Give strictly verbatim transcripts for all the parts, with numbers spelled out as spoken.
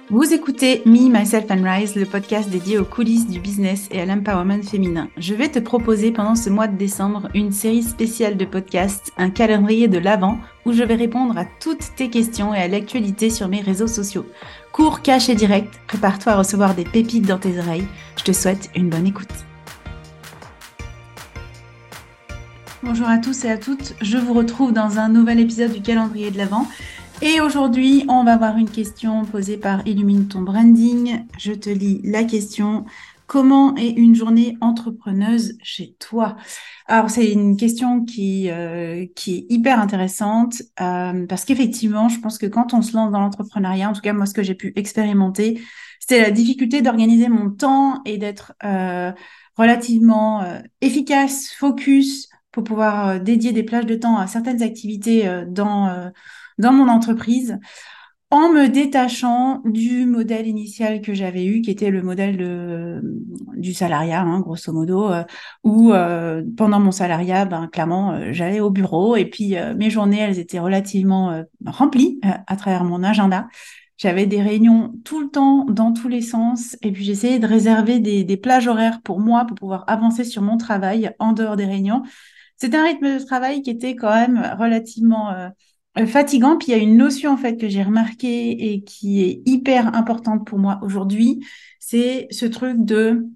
Vous écoutez Me, Myself and Rise, le podcast dédié aux coulisses du business et à l'empowerment féminin. Je vais te proposer pendant ce mois de décembre une série spéciale de podcasts, un calendrier de l'Avent, où je vais répondre à toutes tes questions et à l'actualité sur mes réseaux sociaux. Court, cash et direct, prépare-toi à recevoir des pépites dans tes oreilles. Je te souhaite une bonne écoute. Bonjour à tous et à toutes, je vous retrouve dans un nouvel épisode du calendrier de l'Avent. Et aujourd'hui, on va voir une question posée par Illumine ton branding. Je te lis la question. Comment est une journée entrepreneuse chez toi? Alors, c'est une question qui, euh, qui est hyper intéressante euh, parce qu'effectivement, je pense que quand on se lance dans l'entrepreneuriat, en tout cas, moi, ce que j'ai pu expérimenter, c'était la difficulté d'organiser mon temps et d'être euh, relativement euh, efficace, focus, pour pouvoir euh, dédier des plages de temps à certaines activités euh, dans... euh, dans mon entreprise en me détachant du modèle initial que j'avais eu, qui était le modèle de, du salariat, hein, grosso modo, euh, où euh, pendant mon salariat, ben, clairement, euh, j'allais au bureau et puis euh, mes journées, elles étaient relativement euh, remplies euh, à travers mon agenda. J'avais des réunions tout le temps, dans tous les sens, et puis j'essayais de réserver des, des plages horaires pour moi, pour pouvoir avancer sur mon travail en dehors des réunions. C'était un rythme de travail qui était quand même relativement euh, euh, fatigant. Puis il y a une notion en fait que j'ai remarquée et qui est hyper importante pour moi aujourd'hui, c'est ce truc de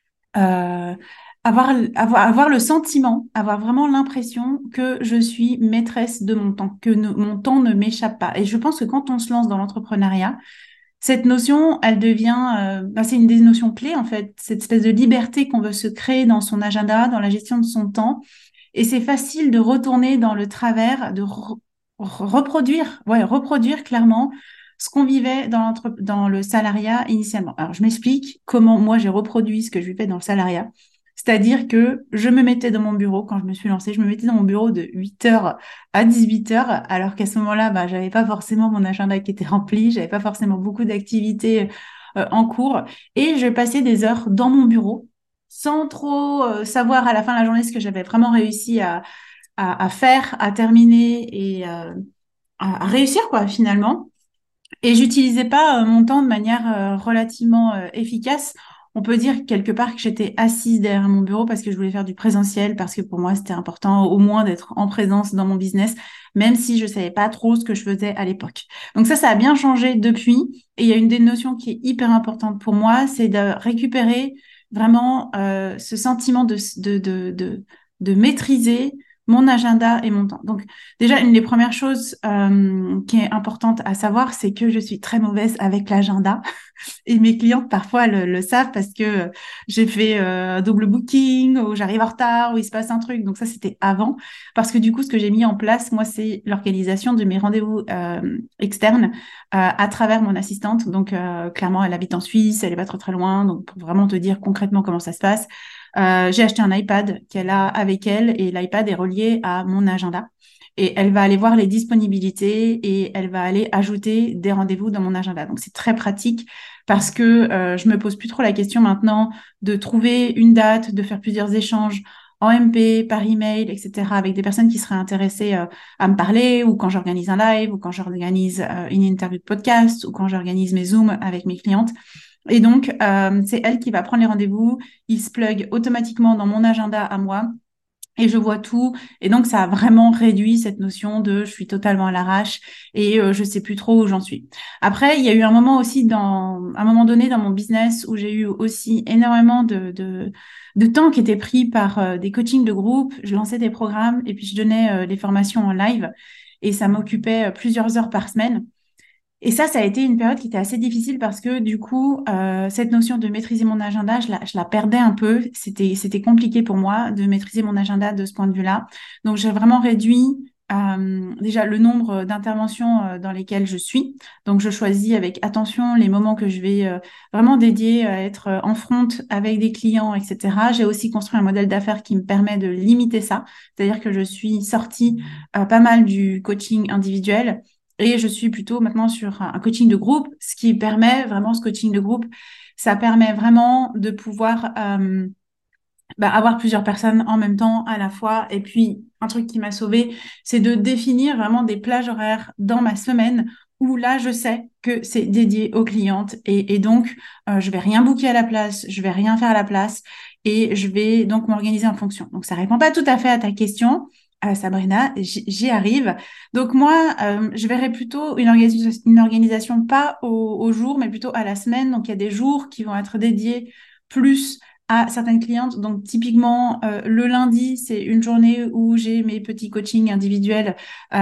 euh, avoir, avoir, avoir le sentiment, avoir vraiment l'impression que je suis maîtresse de mon temps, que ne- mon temps ne m'échappe pas. Et je pense que quand on se lance dans l'entrepreneuriat, cette notion, elle devient, euh, bah, c'est une des notions clés en fait, cette espèce de liberté qu'on veut se créer dans son agenda, dans la gestion de son temps. Et c'est facile de retourner dans le travers, de re- re- reproduire, ouais, reproduire clairement ce qu'on vivait dans l'entre- dans le salariat initialement. Alors, je m'explique comment moi j'ai reproduit ce que je vivais dans le salariat. C'est-à-dire que je me mettais dans mon bureau, quand je me suis lancée, je me mettais dans mon bureau de huit heures à dix-huit heures, alors qu'à ce moment-là, bah, j'avais pas forcément mon agenda qui était rempli, j'avais pas forcément beaucoup d'activités euh, en cours, et je passais des heures dans mon bureau sans trop euh, savoir à la fin de la journée ce que j'avais vraiment réussi à, à, à faire, à terminer et euh, à, à réussir, quoi, finalement. Et j'utilisais pas euh, mon temps de manière euh, relativement euh, efficace. On peut dire quelque part que j'étais assise derrière mon bureau parce que je voulais faire du présentiel, parce que pour moi, c'était important au moins d'être en présence dans mon business, même si je savais pas trop ce que je faisais à l'époque. Donc ça, ça a bien changé depuis. Et il y a une des notions qui est hyper importante pour moi, c'est de récupérer vraiment euh, ce sentiment de, de, de, de, de maîtriser mon agenda et mon temps. Donc, déjà, une des premières choses euh, qui est importante à savoir, c'est que je suis très mauvaise avec l'agenda. Et mes clientes, parfois, le, le savent parce que j'ai fait euh, un double booking, ou j'arrive en retard, ou il se passe un truc. Donc ça, c'était avant. Parce que du coup, ce que j'ai mis en place, moi, c'est l'organisation de mes rendez-vous euh, externes euh, à travers mon assistante. Donc, euh, clairement, elle habite en Suisse, elle est pas très très loin. Donc, pour vraiment te dire concrètement comment ça se passe, euh, j'ai acheté un iPad qu'elle a avec elle et l'iPad est relié à mon agenda. Et elle va aller voir les disponibilités et elle va aller ajouter des rendez-vous dans mon agenda. Donc, c'est très pratique parce que euh, je me pose plus trop la question maintenant de trouver une date, de faire plusieurs échanges en M P, par email, et cetera, avec des personnes qui seraient intéressées euh, à me parler, ou quand j'organise un live, ou quand j'organise euh, une interview de podcast, ou quand j'organise mes Zooms avec mes clientes. Et donc, euh, c'est elle qui va prendre les rendez-vous. Il se plug automatiquement dans mon agenda à moi et je vois tout. Et donc, ça a vraiment réduit cette notion de je suis totalement à l'arrache et euh, je sais plus trop où j'en suis. Après, il y a eu un moment aussi dans, un moment donné dans mon business où j'ai eu aussi énormément de, de, de temps qui était pris par euh, des coachings de groupe. Je lançais des programmes et puis je donnais euh, les formations en live et ça m'occupait euh, plusieurs heures par semaine. Et ça, ça a été une période qui était assez difficile parce que du coup, euh, cette notion de maîtriser mon agenda, je la, je la perdais un peu. C'était, c'était compliqué pour moi de maîtriser mon agenda de ce point de vue-là. Donc, j'ai vraiment réduit euh, déjà le nombre d'interventions euh, dans lesquelles je suis. Donc, je choisis avec attention les moments que je vais euh, vraiment dédier à être euh, en front avec des clients, et cetera. J'ai aussi construit un modèle d'affaires qui me permet de limiter ça. C'est-à-dire que je suis sortie euh, pas mal du coaching individuel et je suis plutôt maintenant sur un coaching de groupe, ce qui permet vraiment, ce coaching de groupe, ça permet vraiment de pouvoir euh, bah, avoir plusieurs personnes en même temps à la fois. Et puis, un truc qui m'a sauvée, c'est de définir vraiment des plages horaires dans ma semaine où là, je sais que c'est dédié aux clientes et, et donc, euh, je vais rien booker à la place, je vais rien faire à la place et je vais donc m'organiser en fonction. Donc, ça répond pas tout à fait à ta question, euh, Sabrina, j- j'y arrive. Donc, moi, euh, je verrais plutôt une, organisa- une organisation pas au, au jour, mais plutôt à la semaine. Donc, il y a des jours qui vont être dédiés plus à certaines clientes. Donc, typiquement, euh, le lundi, c'est une journée où j'ai mes petits coachings individuels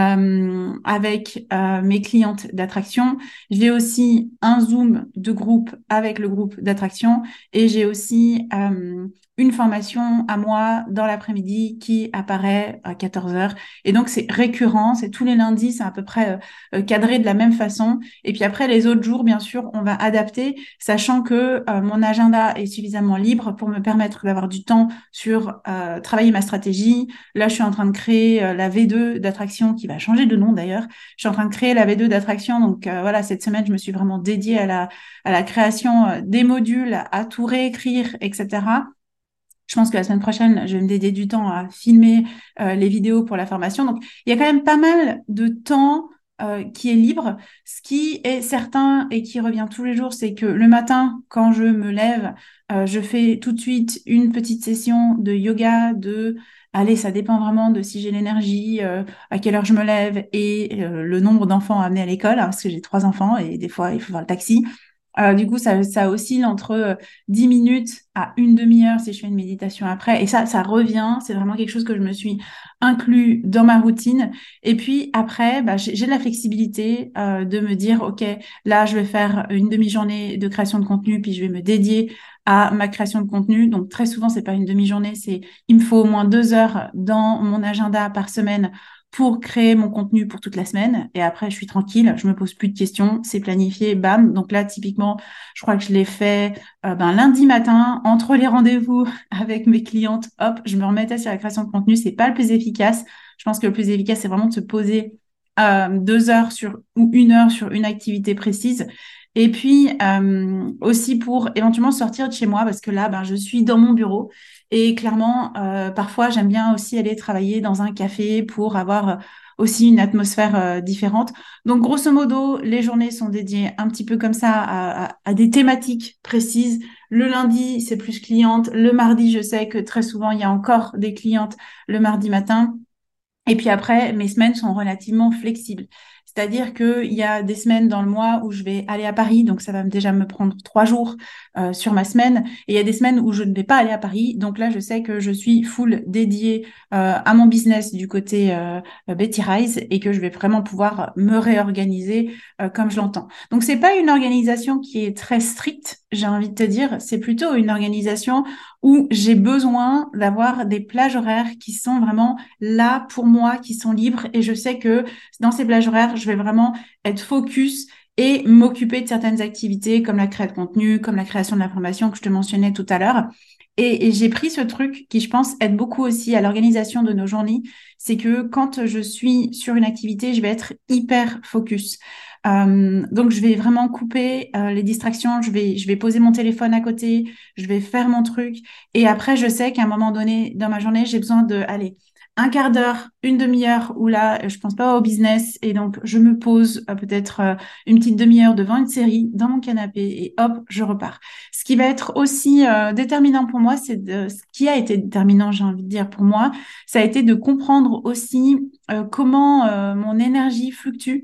euh, avec euh, mes clientes d'attraction. J'ai aussi un Zoom de groupe avec le groupe d'attraction et j'ai aussi euh, une formation à moi dans l'après-midi qui apparaît à quatorze heures. Et donc, c'est récurrent, c'est tous les lundis, c'est à peu près euh, cadré de la même façon. Et puis après, les autres jours, bien sûr, on va adapter, sachant que euh, mon agenda est suffisamment libre pour me permettre d'avoir du temps sur euh, travailler ma stratégie. Là, je suis en train de créer euh, la V deux d'attraction qui va changer de nom d'ailleurs. Je suis en train de créer la V deux d'attraction. Donc euh, voilà, cette semaine, je me suis vraiment dédiée à la, à la création euh, des modules, à tout réécrire, et cetera. Je pense que la semaine prochaine, je vais me dédier du temps à filmer euh, les vidéos pour la formation. Donc, il y a quand même pas mal de temps euh, qui est libre. Ce qui est certain et qui revient tous les jours, c'est que le matin, quand je me lève, euh, je fais tout de suite une petite session de yoga, de... Allez, ça dépend vraiment de si j'ai l'énergie, euh, à quelle heure je me lève et euh, le nombre d'enfants à amener à l'école, hein, parce que j'ai trois enfants et des fois, il faut voir le taxi. Euh, du coup, ça, ça oscille entre euh, dix minutes à une demi-heure si je fais une méditation après. Et ça, ça revient. C'est vraiment quelque chose que je me suis inclus dans ma routine. Et puis après, bah, j'ai j'ai de la flexibilité euh, de me dire, OK, là, je vais faire une demi-journée de création de contenu, puis je vais me dédier à ma création de contenu. Donc très souvent, c'est pas une demi-journée, c'est il me faut au moins deux heures dans mon agenda par semaine pour créer mon contenu pour toute la semaine. Et après, je suis tranquille, je me pose plus de questions, c'est planifié, bam. Donc là, typiquement, je crois que je l'ai fait euh, ben, lundi matin, entre les rendez-vous avec mes clientes, hop, je me remettais sur la création de contenu. C'est pas le plus efficace. Je pense que le plus efficace, c'est vraiment de se poser euh, deux heures sur ou une heure sur une activité précise. Et puis euh, aussi pour éventuellement sortir de chez moi, parce que là, ben, je suis dans mon bureau. Et clairement, euh, parfois, j'aime bien aussi aller travailler dans un café pour avoir euh, aussi une atmosphère euh, différente. Donc, grosso modo, les journées sont dédiées un petit peu comme ça à, à- à des thématiques précises. Le lundi, c'est plus cliente. Le mardi, je sais que très souvent, il y a encore des clientes le mardi matin. Et puis après, mes semaines sont relativement flexibles. C'est-à-dire qu'il y a des semaines dans le mois où je vais aller à Paris, donc ça va me- déjà me prendre trois jours euh, sur ma semaine. Et il y a des semaines où je ne vais pas aller à Paris. Donc là, je sais que je suis full dédiée euh, à mon business du côté euh, Betty Rise et que je vais vraiment pouvoir me réorganiser euh, comme je l'entends. Donc c'est pas une organisation qui est très stricte, j'ai envie de te dire. C'est plutôt une organisation où j'ai besoin d'avoir des plages horaires qui sont vraiment là pour moi, qui sont libres. Et je sais que dans ces plages horaires, je vais vraiment être focus et m'occuper de certaines activités comme la création de contenu, comme la création de l'information que je te mentionnais tout à l'heure. Et, et j'ai pris ce truc qui, je pense, aide beaucoup aussi à l'organisation de nos journées. C'est que quand je suis sur une activité, je vais être hyper focus. Euh, donc, je vais vraiment couper euh, les distractions. Je vais, je vais poser mon téléphone à côté. Je vais faire mon truc. Et après, je sais qu'à un moment donné dans ma journée, j'ai besoin de, aller un quart d'heure, une demi-heure où là, je pense pas au business et donc je me pose euh, peut-être euh, une petite demi-heure devant une série dans mon canapé et hop, je repars. Ce qui va être aussi euh, déterminant pour moi, c'est de, ce qui a été déterminant, j'ai envie de dire pour moi, ça a été de comprendre aussi euh, comment euh, mon énergie fluctue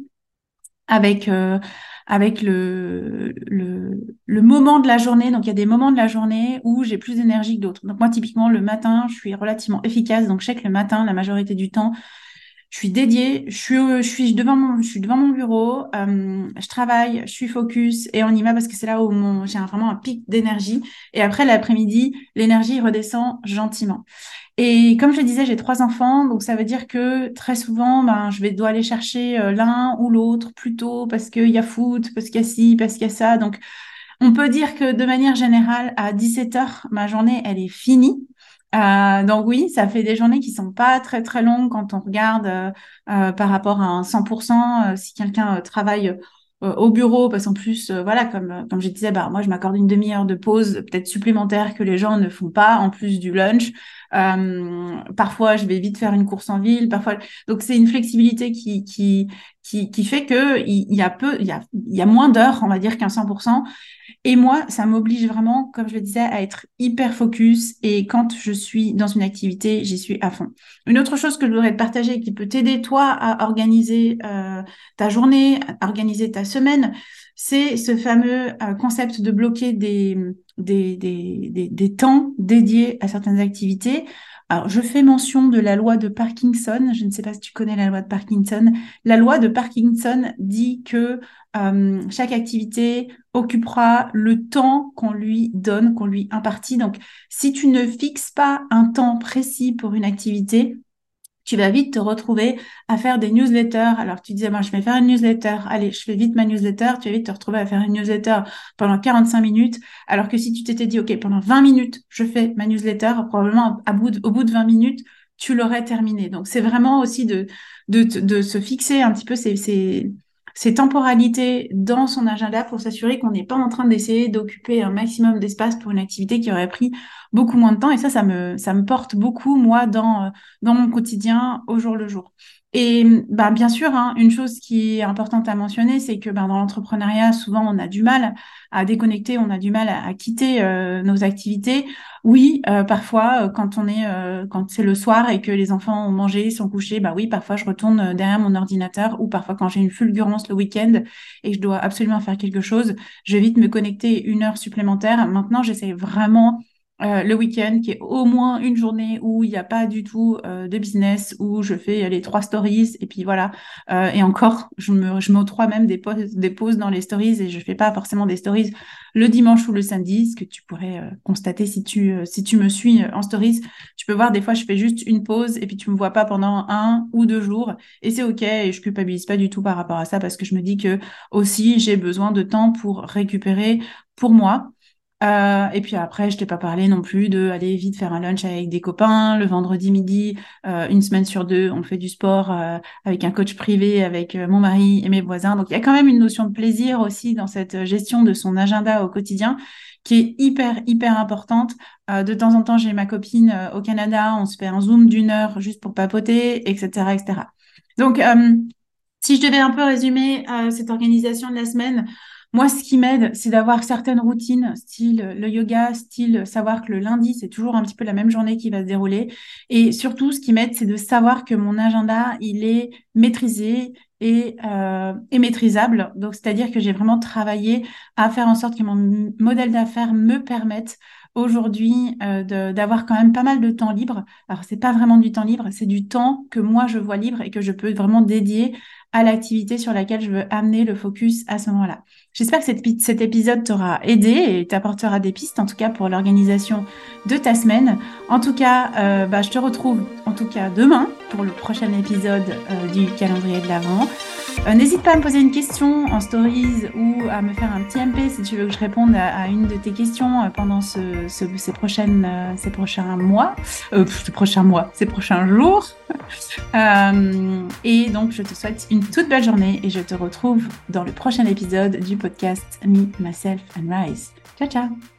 avec, euh, avec le, le, le moment de la journée. Donc, il y a des moments de la journée où j'ai plus d'énergie que d'autres. Donc, moi, typiquement, le matin, je suis relativement efficace. Donc, je sais que le matin, la majorité du temps, je suis dédiée, je suis, je suis devant mon, je suis devant mon bureau, euh, je travaille, je suis focus et on y va parce que c'est là où mon, j'ai un- vraiment un pic d'énergie. Et après, l'après-midi, l'énergie redescend gentiment. Et comme je le disais, j'ai trois enfants, donc ça veut dire que très souvent, ben, je vais dois aller chercher euh, l'un ou l'autre plus tôt parce qu'il y a foot, parce qu'il y a ci, parce qu'il y a ça. Donc, on peut dire que de manière générale, à dix-sept heures, ma journée, elle est finie. Euh, donc oui, ça fait des journées qui sont pas très très longues quand on regarde euh, euh, par rapport à un cent pour cent. Euh, si quelqu'un euh, travaille euh, au bureau, parce qu'en plus, euh, voilà, comme euh, comme je disais, bah moi je m'accorde une demi-heure de pause peut-être supplémentaire que les gens ne font pas en plus du lunch. Euh, parfois, je vais vite faire une course en ville. Parfois, donc c'est une flexibilité qui qui qui qui fait que il, il y a peu, il y a il y a moins d'heures, on va dire qu'un cent pour cent. Et moi, ça m'oblige vraiment, comme je le disais, à être hyper focus. Et quand je suis dans une activité, j'y suis à fond. Une autre chose que je voudrais te partager qui peut t'aider, toi, à organiser euh, ta journée, à organiser ta semaine, c'est ce fameux euh, concept de bloquer des, des, des, des, des temps dédiés à certaines activités. Alors, je fais mention de la loi de Parkinson. Je ne sais pas si tu connais la loi de Parkinson. La loi de Parkinson dit que euh, chaque activité occupera le temps qu'on lui donne, qu'on lui impartit. Donc, si tu ne fixes pas un temps précis pour une activité, tu vas vite te retrouver à faire des newsletters. Alors, tu disais, moi, je vais faire une newsletter. Allez, je fais vite ma newsletter. Tu vas vite te retrouver à faire une newsletter pendant quarante-cinq minutes. Alors que si tu t'étais dit, OK, pendant vingt minutes, je fais ma newsletter, probablement à bout de- au bout de vingt minutes, tu l'aurais terminé. Donc, c'est vraiment aussi de, de, de se fixer un petit peu ces, ces, ces temporalités dans son agenda pour s'assurer qu'on n'est pas en train d'essayer d'occuper un maximum d'espace pour une activité qui aurait pris beaucoup moins de temps. Et ça, ça me, ça me porte beaucoup, moi, dans, dans mon quotidien au jour le jour. Et bah, bien sûr, hein, une chose qui est importante à mentionner, c'est que bah, dans l'entrepreneuriat, souvent, on a du mal à déconnecter, on a du mal à, à quitter euh, nos activités. Oui, euh, parfois, euh, quand on est, euh, quand c'est le soir et que les enfants ont mangé, sont couchés, bah oui, parfois, je retourne euh, derrière mon ordinateur ou parfois quand j'ai une fulgurance le week-end et que je dois absolument faire quelque chose, je vais vite me connecter une heure supplémentaire. Maintenant, j'essaie vraiment euh, le week-end, qui est au moins une journée où il n'y a pas du tout euh, de business, où je fais les trois stories, et puis voilà. Euh, et encore, je me, je m'octroie même des pauses, des pauses dans les stories, et je fais pas forcément des stories le dimanche ou le samedi, ce que tu pourrais euh, constater si tu, euh, si tu me suis euh, en stories. Tu peux voir, des fois, je fais juste une pause, et puis tu me vois pas pendant un ou deux jours, et c'est OK, et je culpabilise pas du tout par rapport à ça, parce que je me dis que aussi, j'ai besoin de temps pour récupérer pour moi. Euh, et puis après, je t'ai pas parlé non plus de aller vite faire un lunch avec des copains le vendredi midi, euh, une semaine sur deux, on fait du sport euh, avec un coach privé, avec euh, mon mari et mes voisins. Donc il y a quand même une notion de plaisir aussi dans cette gestion de son agenda au quotidien qui est hyper hyper importante. Euh, de temps en temps, j'ai ma copine euh, au Canada, on se fait un zoom d'une heure juste pour papoter, et cetera, et cetera. Donc euh, si je devais un peu résumer euh, cette organisation de la semaine, moi, ce qui m'aide, c'est d'avoir certaines routines, style euh, le yoga, style savoir que le lundi, c'est toujours un petit peu la même journée qui va se dérouler. Et surtout, ce qui m'aide, c'est de savoir que mon agenda, il est maîtrisé et, euh, et maîtrisable. Donc, c'est-à-dire que j'ai vraiment travaillé à faire en sorte que mon m- modèle d'affaires me permette aujourd'hui euh, de- d'avoir quand même pas mal de temps libre. Alors, c'est pas vraiment du temps libre, c'est du temps que moi, je vois libre et que je peux vraiment dédier à l'activité sur laquelle je veux amener le focus à ce moment-là. J'espère que cet, cet épisode t'aura aidé et t'apportera des pistes, en tout cas pour l'organisation de ta semaine. En tout cas, euh, bah, je te retrouve en tout cas demain pour le prochain épisode euh, du calendrier de l'Avent. Euh, n'hésite pas à me poser une question en stories ou à me faire un petit M P si tu veux que je réponde à, à une de tes questions euh, pendant ce, ce- ces, prochaines, euh, ces prochains mois, euh, ces prochains mois, ces prochains jours. Euh, et donc, je te souhaite une toute belle journée et je te retrouve dans le prochain épisode du podcast Me, Myself and Rise. Ciao, ciao!